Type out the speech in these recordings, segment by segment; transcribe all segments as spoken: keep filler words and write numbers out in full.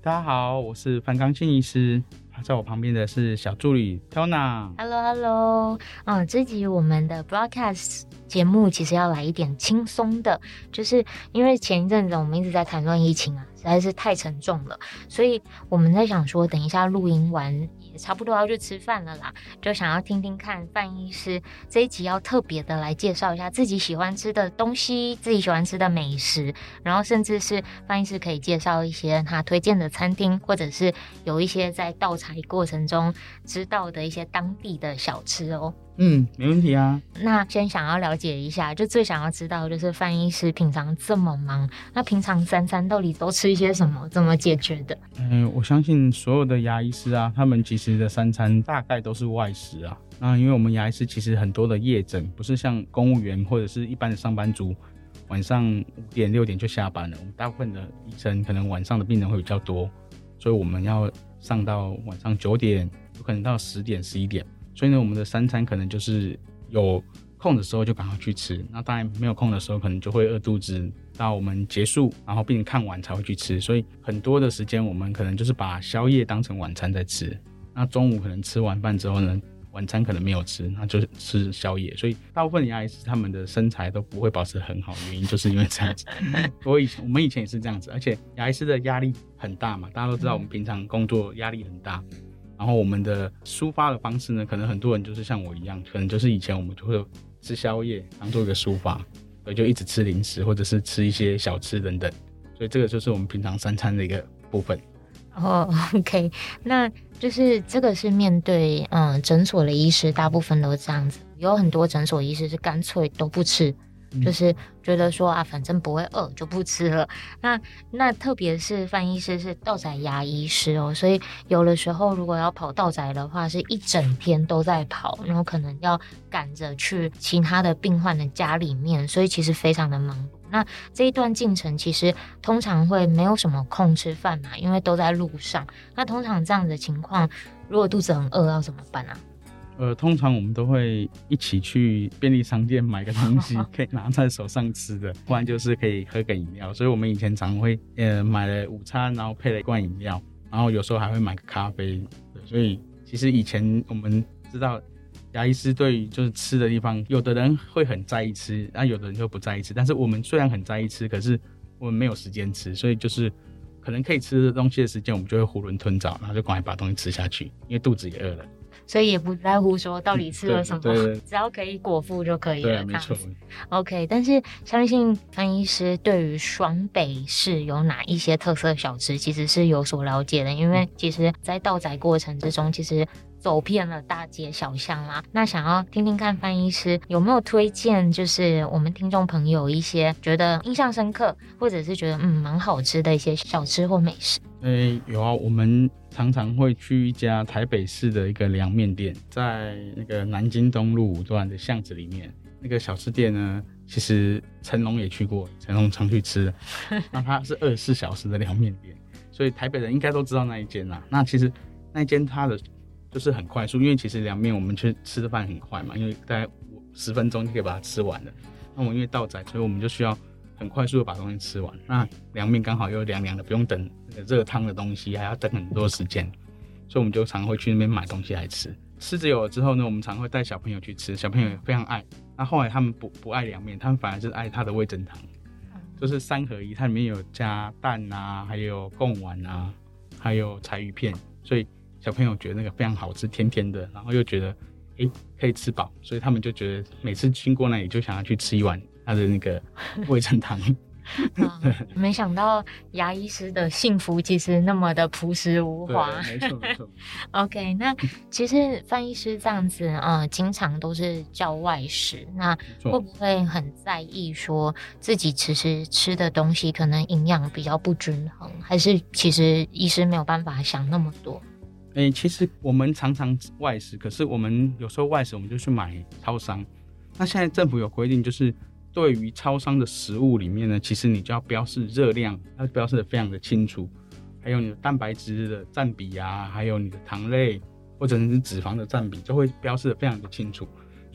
大家好，我是范刚庆医师，在我旁边的是小助理 Tona。Hello Hello， 嗯，这集我们的 broadcast 节目其实要来一点轻松的，就是因为前一阵子我们一直在谈论疫情啊，实在是太沉重了，所以我们在想说，等一下录音完也差不多要去吃饭了啦，就想要听听看范医师这一集要特别的来介绍一下自己喜欢吃的东西，自己喜欢吃的美食，然后甚至是范医师可以介绍一些他推荐的餐厅，或者是有一些在盗采过程中知道的一些当地的小吃哦。 嗯，没问题啊。 那先想要了解一下，就最想要知道就是范医师平常这么忙，那平常三餐到底都吃一些什么，怎么解决的？ 嗯，我相信所有的牙医师啊，他们其实的三餐大概都是外食啊。那因为我们牙医师其实很多的夜诊，不是像公务员或者是一般的上班族，晚上五点六点就下班了。我们大部分的医生可能晚上的病人会比较多，所以我们要上到晚上九点，有可能到十点、十一点。所以呢，我们的三餐可能就是有空的时候就赶快去吃，那当然没有空的时候可能就会饿肚子，到我们结束然后病人看完才会去吃。所以很多的时间我们可能就是把宵夜当成晚餐在吃，那中午可能吃完饭之后呢，晚餐可能没有吃，那就是吃宵夜。所以大部分牙医师他们的身材都不会保持很好，原因就是因为这样子。我以前我们以前也是这样子，而且牙医师的压力很大嘛，大家都知道我们平常工作压力很大，然后我们的抒发的方式呢，可能很多人就是像我一样，可能就是以前我们就会吃宵夜当做一个抒发，所以就一直吃零食或者是吃一些小吃等等，所以这个就是我们平常三餐的一个部分。 哦、oh, OK， 那就是这个是面对嗯诊所的医师，大部分都这样子，有很多诊所医师是干脆都不吃。就是觉得说啊，反正不会饿就不吃了。那那特别是范医师是盗采牙医师哦，所以有的时候如果要跑盗采的话，是一整天都在跑，然后可能要赶着去其他的病患的家里面，所以其实非常的忙碌。那这一段进程其实通常会没有什么空吃饭嘛，因为都在路上。那通常这样子的情况，如果肚子很饿要怎么办啊？ 呃，通常我们都会一起去便利商店买个东西，可以拿在手上吃的，不然就是可以喝个饮料。所以我们以前常会呃买了午餐，然后配了一罐饮料，然后有时候还会买个咖啡。所以其实以前我们知道牙医师对于就是吃的地方，有的人会很在意吃，那、啊、有的人就不在意吃。但是我们虽然很在意吃，可是我们没有时间吃，所以就是可能可以吃的东西的时间，我们就会囫囵吞枣，然后就赶快把东西吃下去，因为肚子也饿了。 所以也不在乎说到底吃了什么， 对对对，只要可以果腹就可以了。 对，没错。 OK， 但是相信范医师对于双北市有哪一些特色小吃，其实是有所了解的，因为其实在盗采过程之中，其实走遍了大街小巷啦。那想要听听看范医师有没有推荐，就是我们听众朋友一些觉得印象深刻，或者是觉得嗯蛮好吃的一些小吃或美食。 诶，有啊，我们常常会去一家台北市的一个凉面店，在那个南京东路五段的巷子里面。那个小吃店呢，其实成龙也去过，成龙常去吃的。那它是二十四小时的凉面店，所以台北人应该都知道那一间啦。那其实那一间它的就是很快速，因为其实凉面我们去吃的饭很快嘛，因为大概十分钟就可以把它吃完了。那我们因为盗采，所以我们就需要很快速的把东西吃完。那凉面刚好又凉凉的，不用等那个热汤的东西，还要等很多时间，所以我们就常会去那边买东西来吃。吃着有了之后呢，我们常会带小朋友去吃，小朋友也非常爱。那后来他们不不爱凉面，他们反而是爱它的味噌汤，就是三合一，它里面有加蛋啊，还有贡丸啊，还有柴鱼片，所以小朋友觉得那个非常好吃，甜甜的，然后又觉得诶可以吃饱，所以他们就觉得每次经过那里就想要去吃一碗它的那个味噌汤。 啊、没想到牙医师的幸福其实那么的朴实无华。 对，没错没错。 OK， 那其实范医师这样子呃，经常都是叫外食，那会不会很在意说自己其实吃的东西可能营养比较不均衡，还是其实医师没有办法想那么多？ 欸、其实我们常常外食，可是我们有时候外食我们就去买超商。那现在政府有规定，就是对于超商的食物里面呢，其实你就要标示热量，要标示的非常的清楚，还有你的蛋白质的占比啊，还有你的糖类或者是脂肪的占比，就会标示的非常的清楚。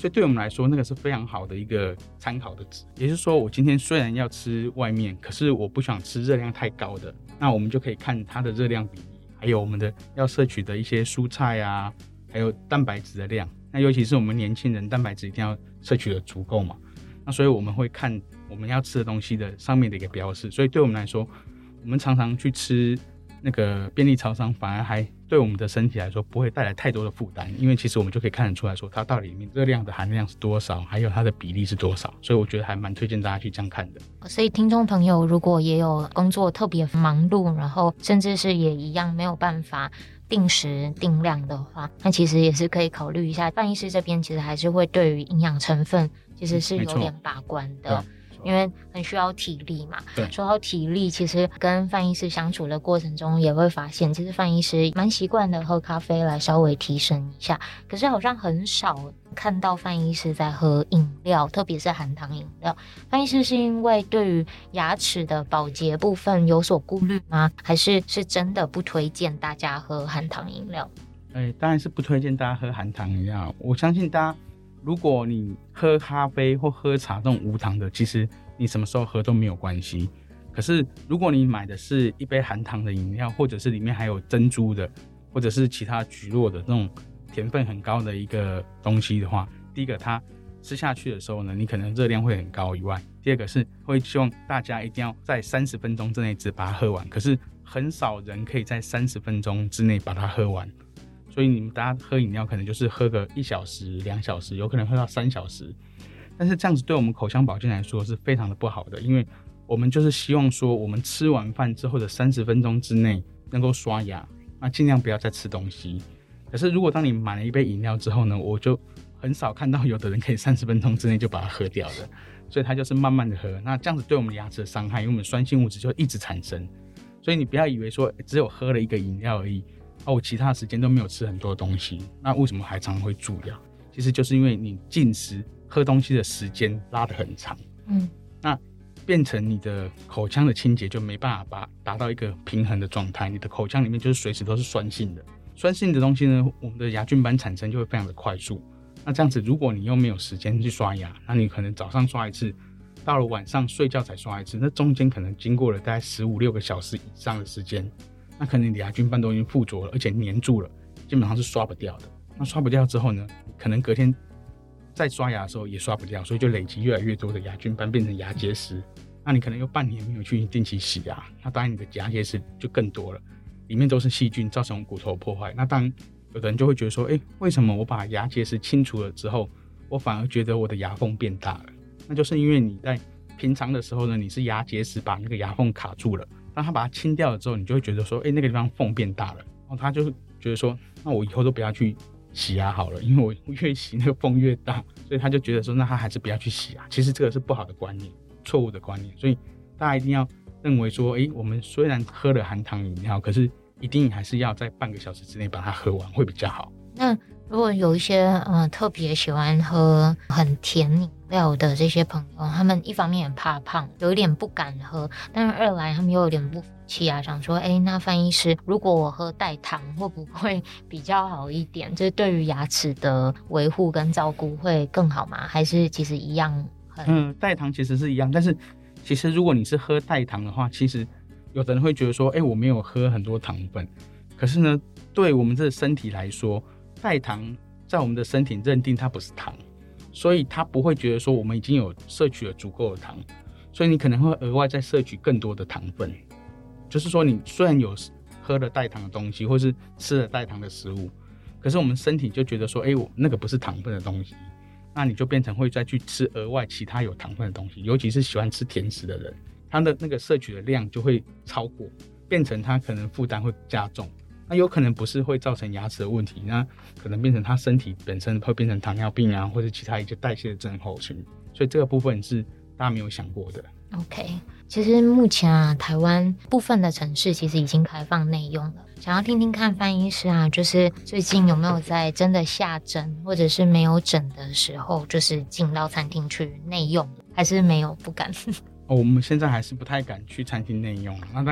所以对我们来说那个是非常好的一个参考的值。也就是说我今天虽然要吃外面，可是我不想吃热量太高的，那我们就可以看它的热量比例，还有我们的要摄取的一些蔬菜啊，还有蛋白质的量。那尤其是我们年轻人蛋白质一定要摄取的足够嘛，那所以我们会看我们要吃的东西的上面的一个标示。所以对我们来说，我们常常去吃那个便利超商，反而还对我们的身体来说不会带来太多的负担，因为其实我们就可以看得出来说它到底里面热量的含量是多少，还有它的比例是多少。所以我觉得还蛮推荐大家去这样看的。 所以听众朋友如果也有工作特别忙碌，然后甚至是也一样没有办法定时定量的话，那其实也是可以考虑一下，范医师这边其实还是会对于营养成分其实是有点把关的，因为很需要体力嘛。 对， 说到体力，其实跟范医师相处的过程中也会发现，其实范医师蛮习惯的喝咖啡来稍微提神一下，可是好像很少看到范医师在喝饮料，特别是含糖饮料。范医师是因为对于牙齿的保洁部分有所顾虑吗？还是是真的不推荐大家喝含糖饮料？ 欸、当然是不推荐大家喝含糖饮料。我相信大家如果你喝咖啡或喝茶这种无糖的，其实你什么时候喝都没有关系。可是如果你买的是一杯含糖的饮料，或者是里面还有珍珠的，或者是其他菊络的这种甜分很高的一个东西的话，第一个它吃下去的时候呢，你可能热量会很高以外，第二个是会希望大家一定要在三十分钟之内只把它喝完，可是很少人可以在三十分钟之内把它喝完。所以你们大家喝饮料可能就是喝个一小时两小时，有可能喝到三小时，但是这样子对我们口腔保健来说是非常的不好的，因为我们就是希望说我们吃完饭之后的三十分钟之内能够刷牙，那尽量不要再吃东西。可是如果当你买了一杯饮料之后呢，我就很少看到有的人可以三十分钟之内就把它喝掉的，所以它就是慢慢的喝，那这样子对我们的牙齿的伤害，因为我们酸性物质就一直产生。所以你不要以为说只有喝了一个饮料而已，哦，我其他的时间都没有吃很多东西，那为什么还常常会蛀牙？其实就是因为你进食喝东西的时间拉得很长，嗯，那变成你的口腔的清洁就没办法把达到一个平衡的状态，你的口腔里面就是随时都是酸性的，酸性的东西呢，我们的牙菌斑产生就会非常的快速。那这样子，如果你又没有时间去刷牙，那你可能早上刷一次，到了晚上睡觉才刷一次，那中间可能经过了大概十五六个小时以上的时间，那可能你的牙菌斑都已经附着了，而且黏住了，基本上是刷不掉的。那刷不掉之后呢，可能隔天再刷牙的时候也刷不掉，所以就累积越来越多的牙菌斑，变成牙结石。那你可能有半年没有去定期洗牙，那当然你的牙结石就更多了，里面都是细菌，造成骨头破坏。那当然有的人就会觉得说，哎、欸，为什么我把牙结石清除了之后，我反而觉得我的牙缝变大了？那就是因为你在平常的时候呢，你是牙结石把那个牙缝卡住了，当他把它清掉了之后，你就会觉得说，哎、欸，那个地方缝变大了，然后他就觉得说，那我以后都不要去洗牙好了，因为我越洗那个缝越大，所以他就觉得说，那他还是不要去洗牙。其实这个是不好的观念，错误的观念，所以大家一定要认为说，哎、欸，我们虽然喝了含糖饮料，可是一定还是要在半个小时之内把它喝完会比较好。 那如果有一些呃特别喜欢喝很甜饮料的这些朋友，他们一方面也怕胖，有一点不敢喝，但是二来他们又有点不服气啊，想说，哎，那范医师，如果我喝代糖会不会比较好一点？这对于牙齿的维护跟照顾会更好吗？还是其实一样很？ 嗯，代糖其实是一样，但是其实如果你是喝代糖的话，其实有的人会觉得说，哎，我没有喝很多糖分，可是呢，对我们这身体来说，代糖在我们的身体认定它不是糖，所以它不会觉得说我们已经有摄取了足够的糖，所以你可能会额外再摄取更多的糖分。就是说你虽然有喝了代糖的东西，或是吃了代糖的食物，可是我们身体就觉得说，哎，我那个不是糖分的东西，那你就变成会再去吃额外其他有糖分的东西，尤其是喜欢吃甜食的人，他的那个摄取的量就会超过，变成他可能负担会加重。那有可能不是会造成牙齿的问题，那可能变成他身体本身会变成糖尿病啊，或者其他一些代谢的症候群，所以这个部分是大家没有想过的。 OK， 其实目前啊，台湾部分的城市其实已经开放内用了。想要听听看范医师啊，就是最近有没有在真的下诊或者是没有诊的时候，就是进到餐厅去内用，还是没有不敢？ 哦，我们现在还是不太敢去餐厅内用。那当然，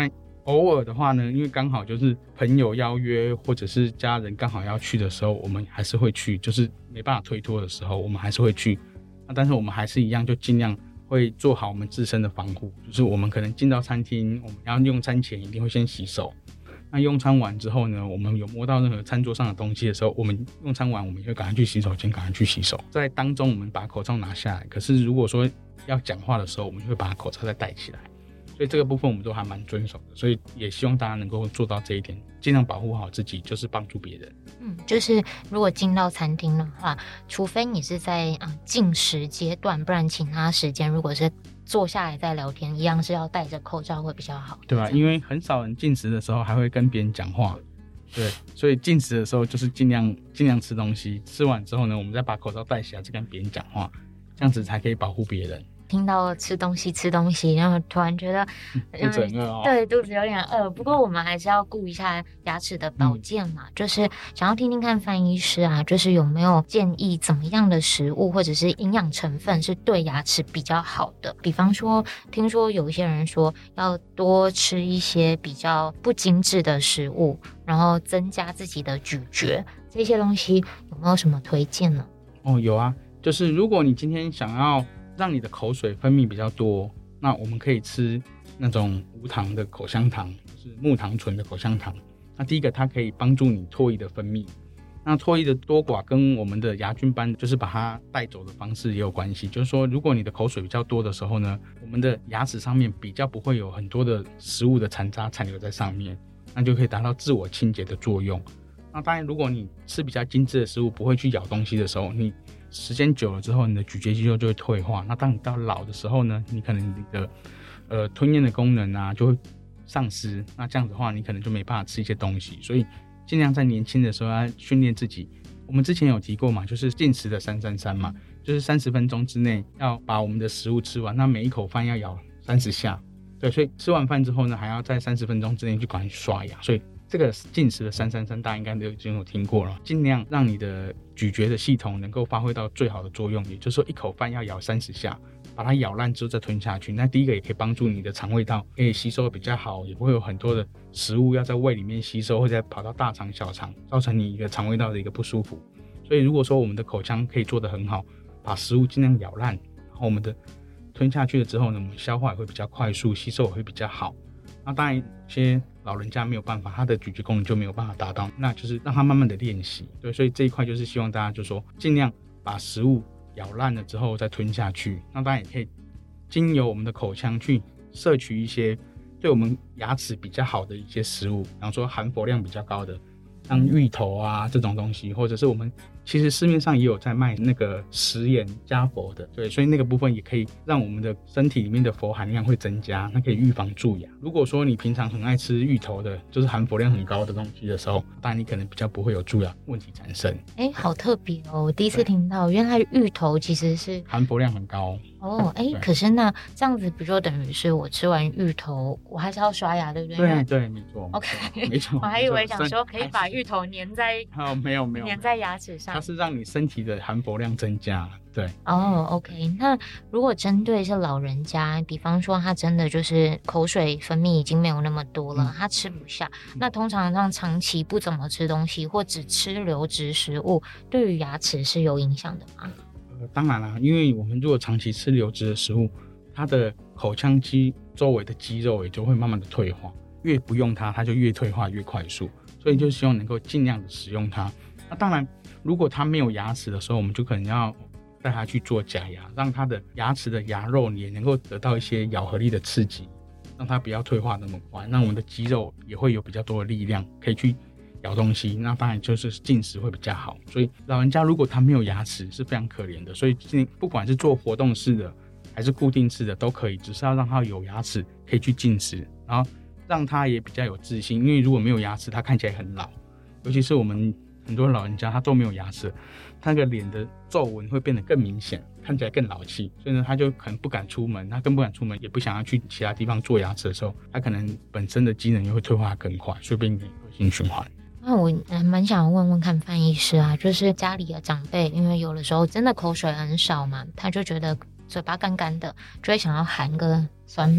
偶尔的话呢，因为刚好就是朋友邀约或者是家人刚好要去的时候，我们还是会去，就是没办法推脱的时候我们还是会去。那但是我们还是一样就尽量会做好我们自身的防护，就是我们可能进到餐厅，我们要用餐前一定会先洗手。那用餐完之后呢，我们有摸到任何餐桌上的东西的时候，我们用餐完我们就赶快去洗手间，赶快去洗手。在当中我们把口罩拿下来，可是如果说要讲话的时候，我们就会把口罩再戴起来。所以这个部分我们都还蛮遵守的，所以也希望大家能够做到这一点，尽量保护好自己，就是帮助别人。 嗯，就是如果进到餐厅的话，除非你是在啊进食阶段，不然其他时间如果是坐下来再聊天，一样是要戴着口罩会比较好， 对啊，因为很少人进食的时候还会跟别人讲话，对，所以进食的时候就是尽量尽量吃东西，吃完之后呢，我们再把口罩戴起来，再跟别人讲话，这样子才可以保护别人。 听到吃东西吃东西，然后突然觉得肚子很饿哦， 对，肚子有点饿。不过我们还是要顾一下牙齿的保健嘛，嗯、就是想要听听看范医师啊，就是有没有建议怎么样的食物或者是营养成分是对牙齿比较好的？比方说，听说有一些人说要多吃一些比较不精致的食物，然后增加自己的咀嚼，这些东西有没有什么推荐呢？ 哦，有啊，就是如果你今天想要让你的口水分泌比较多，那我们可以吃那种无糖的口香糖，就是木糖醇的口香糖。那第一个它可以帮助你唾液的分泌，那唾液的多寡跟我们的牙菌斑就是把它带走的方式也有关系，就是说如果你的口水比较多的时候呢，我们的牙齿上面比较不会有很多的食物的残渣残留在上面，那就可以达到自我清洁的作用。那当然如果你吃比较精致的食物，不会去咬东西的时候，你时间久了之后，你的咀嚼肌肉就会退化。那当你到老的时候呢，你可能你的呃吞咽的功能啊就会丧失。那这样子的话，你可能就没办法吃一些东西。所以尽量在年轻的时候要训练自己。我们之前有提过嘛，就是进食的三三三嘛，就是三十分钟之内要把我们的食物吃完，那每一口饭要咬三十下。对，所以吃完饭之后呢，还要在三十分钟之内去赶紧刷牙。所以这个进食的三三三大家应该都已经有听过了，尽量让你的咀嚼的系统能够发挥到最好的作用，也就是说一口饭要咬三十下，把它咬烂之后再吞下去。那第一个也可以帮助你的肠胃道可以吸收的比较好，也不会有很多的食物要在胃里面吸收，或者跑到大肠小肠，造成你一个肠胃道的一个不舒服。所以如果说我们的口腔可以做得很好，把食物尽量咬烂，然后我们的吞下去了之后呢，我们消化也会比较快速，吸收也会比较好。那当然有些老人家没有办法，他的咀嚼功能就没有办法达到，那就是让他慢慢的练习。对，所以这一块就是希望大家就说尽量把食物咬烂了之后再吞下去。那当然也可以经由我们的口腔去摄取一些对我们牙齿比较好的一些食物，比方说含氟量比较高的，像芋头啊这种东西，或者是我们其实市面上也有在卖那个食盐加氟的，对，所以那个部分也可以让我们的身体里面的氟含量会增加，那可以预防蛀牙。如果说你平常很爱吃芋头的，就是含氟量很高的东西的时候，当然你可能比较不会有蛀牙问题产生。 哎，好特别哦，我第一次听到，原来芋头其实是含氟量很高哦。哎，可是那这样子不就等于是我吃完芋头，我还是要刷牙，对不对？ 对对，没错。 OK， 没错。 我还以为想说可以把芋头粘在哦，没有没有粘在牙齿上， 它是让你身体的含氟量增加。对哦、oh, OK， 那如果针对是老人家，比方说他真的就是口水分泌已经没有那么多了，嗯、他吃不下，嗯、那通常让长期不怎么吃东西或只吃流质食物，对于牙齿是有影响的吗？ 呃，当然啦，因为我们如果长期吃流质的食物，它的口腔肌周围的肌肉也就会慢慢的退化，越不用它，它就越退化越快速，所以就希望能够尽量的使用它。那当然，如果它没有牙齿的时候，我们就可能要带他去做假牙，让他的牙齿的牙肉也能够得到一些咬合力的刺激，让它不要退化那么快，让我们的肌肉也会有比较多的力量可以去咬东西，那当然就是进食会比较好。所以老人家如果他没有牙齿是非常可怜的，所以不管是做活动式的还是固定式的都可以，只是要让他有牙齿可以去进食，然后让他也比较有自信。因为如果没有牙齿，他看起来很老，尤其是我们很多老人家他都没有牙齿，他那个脸的皱纹会变得更明显，看起来更老气，所以呢他就可能不敢出门，他更不敢出门，也不想要去其他地方做牙齿的时候，他可能本身的机能又会退化更快，所以变成恶性循环。 那我蛮想问问看范医师啊，就是家里的长辈，因为有的时候真的口水很少嘛，他就觉得嘴巴干干的，就会想要含个酸梅，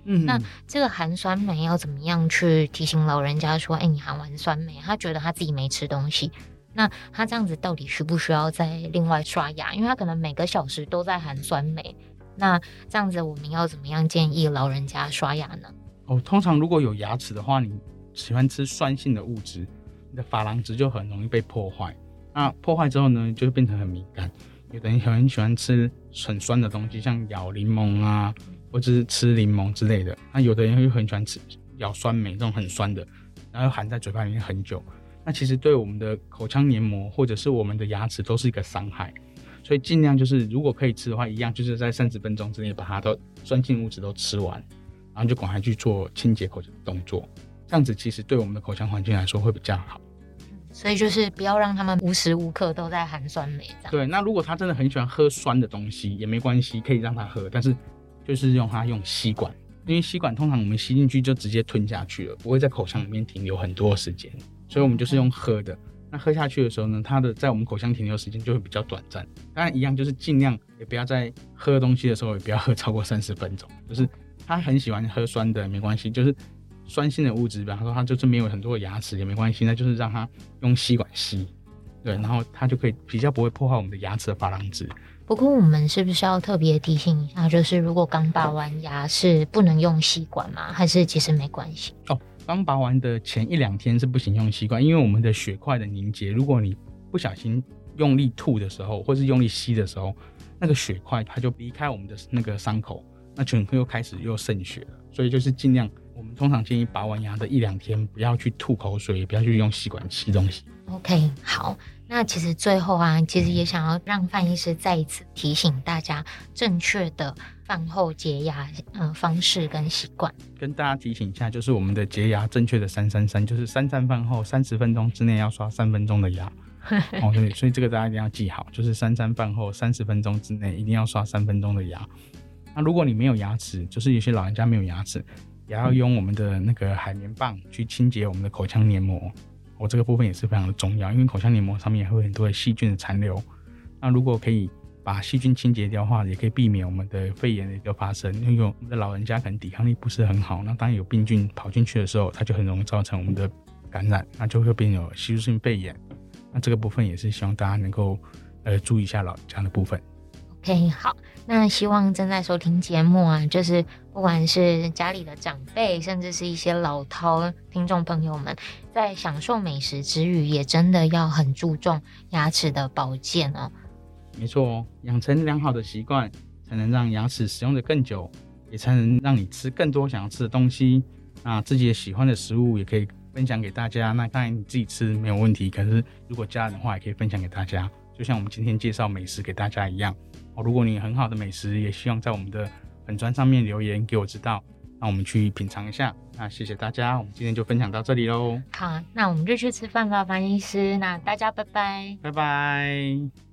嗯，那这个含酸梅要怎么样去提醒老人家说，哎、欸，你含完酸梅，他觉得他自己没吃东西，那他这样子到底需不需要再另外刷牙？因为他可能每个小时都在含酸梅，那这样子我们要怎么样建议老人家刷牙呢？ 哦，通常如果有牙齿的话，你喜欢吃酸性的物质，你的珐琅质就很容易被破坏。那破坏之后呢，就会变成很敏感。有的人很喜欢吃很酸的东西，像咬柠檬啊，或者是吃柠檬之类的。那有的人又很喜欢吃咬酸梅这种很酸的，然后含在嘴巴里面很久。那其实对我们的口腔黏膜或者是我们的牙齿都是一个伤害。所以尽量就是如果可以吃的话，一样就是在三十分钟之内把它的酸性物质都吃完，然后就赶快去做清洁口腔的动作。这样子其实对我们的口腔环境来说会比较好。 所以就是不要让他们无时无刻都在含酸梅这样。 对，那如果他真的很喜欢喝酸的东西也没关系，可以让他喝，但是就是用他用吸管，因为吸管通常我们吸进去就直接吞下去了，不会在口腔里面停留很多时间，所以我们就是用喝的。那喝下去的时候呢，它的在我们口腔停留时间就会比较短暂。当然一样就是尽量也不要在喝东西的时候也不要喝超过三十分钟，就是他很喜欢喝酸的没关系，就是酸性的物质，比方说它就是没有很多的牙齿也没关系，那就是让它用吸管吸，对，然后它就可以比较不会破坏我们的牙齿的珐琅质。 不过我们是不是要特别提醒一下，就是如果刚拔完牙是不能用吸管吗？还是其实没关系？ 哦，刚拔完的前一两天是不行用吸管，因为我们的血块的凝结，如果你不小心用力吐的时候，或是用力吸的时候，那个血块它就离开我们的那个伤口，那就又开始又渗血了。所以就是尽量，我们通常建议拔完牙的一两天不要去吐口水，也不要去用吸管吸东西。 OK， 好，那其实最后啊，其实也想要让范医师再一次提醒大家正确的饭后洁牙、呃、方式跟习惯。 跟大家提醒一下，就是我们的洁牙正确的三三三，就是三餐饭后三十分钟之内要刷三分钟的牙。哦，对，所以这个大家一定要记好，就是三餐饭后三十分钟之内一定要刷三分钟的牙。那如果你没有牙齿，就是有些老人家没有牙齿，也要用我们的那个海绵棒去清洁我们的口腔黏膜。我、哦、这个部分也是非常的重要，因为口腔黏膜上面也会有很多的细菌的残留。那如果可以把细菌清洁掉的话，也可以避免我们的肺炎的一个发生。因为我们的老人家可能抵抗力不是很好，那当有病菌跑进去的时候，它就很容易造成我们的感染，那就会变有吸入性肺炎。那这个部分也是希望大家能够呃注意一下老人家的部分。 OK， 好，那希望正在收听节目啊，就是不管是家里的长辈，甚至是一些老饕听众朋友们，在享受美食之余，也真的要很注重牙齿的保健哦。 没错哦，养成良好的习惯，才能让牙齿使用的更久，也才能让你吃更多想要吃的东西。那自己也喜欢的食物也可以分享给大家。那当然你自己吃没有问题，可是如果家人的话，也可以分享给大家。就像我们今天介绍美食给大家一样。如果你很好的美食，也希望在我们的粉专上面留言给我知道，让我们去品尝一下。那谢谢大家，我们今天就分享到这里咯。 好，那我们就去吃饭吧，范医师。那大家拜拜， 拜拜。